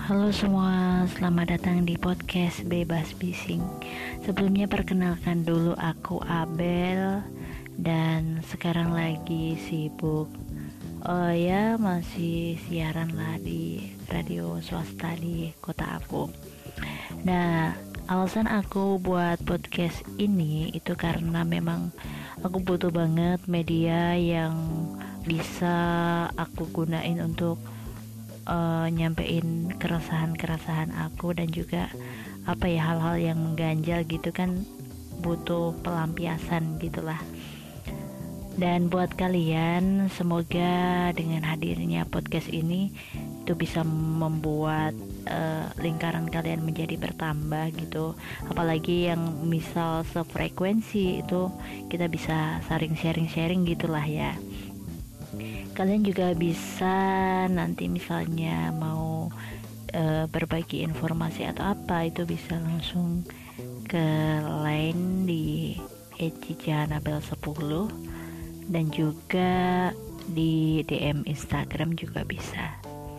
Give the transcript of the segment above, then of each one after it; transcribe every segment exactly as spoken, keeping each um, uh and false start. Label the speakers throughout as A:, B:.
A: Halo semua, selamat datang di podcast Bebas Bising. Sebelumnya perkenalkan dulu, aku Abel dan sekarang lagi sibuk. Oh ya, masih siaran lah di radio swasta di kota aku. Nah, alasan aku buat podcast ini itu karena memang aku butuh banget media yang bisa aku gunain untuk uh, nyampein keresahan-keresahan aku, dan juga apa ya, hal-hal yang mengganjal gitu kan, butuh pelampiasan gitulah. Dan buat kalian, semoga dengan hadirnya podcast ini itu bisa membuat uh, lingkaran kalian menjadi bertambah gitu. Apalagi yang misal sefrekuensi itu kita bisa saling sharing-sharing gitulah ya. Kalian juga bisa nanti misalnya mau e, berbagi informasi atau apa, itu bisa langsung ke line di et cijanabel sepuluh dan juga di D M Instagram juga bisa.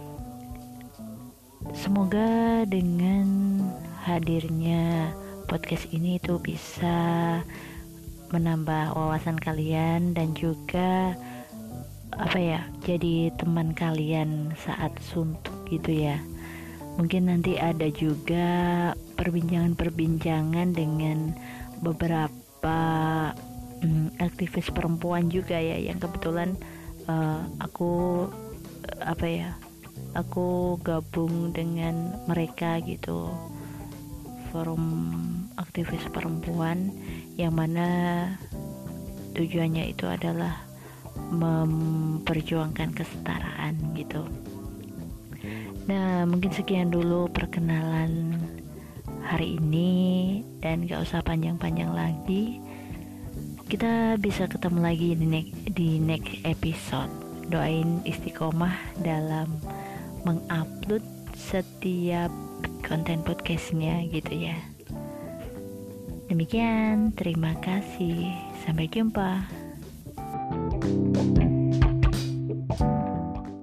A: Semoga dengan hadirnya podcast ini itu bisa menambah wawasan kalian dan juga apa ya, jadi teman kalian saat suntuk gitu ya. Mungkin nanti ada juga perbincangan-perbincangan dengan beberapa hmm, aktivis perempuan juga ya, yang kebetulan uh, aku apa ya aku gabung dengan mereka gitu, forum aktivis perempuan, yang mana tujuannya itu adalah memperjuangkan kesetaraan gitu. Nah, mungkin sekian dulu perkenalan hari ini, dan gak usah panjang-panjang lagi. Kita bisa ketemu lagi di next, di next episode. Doain istiqomah dalam mengupload setiap konten podcastnya gitu ya. Demikian, terima kasih, sampai jumpa. Thank you.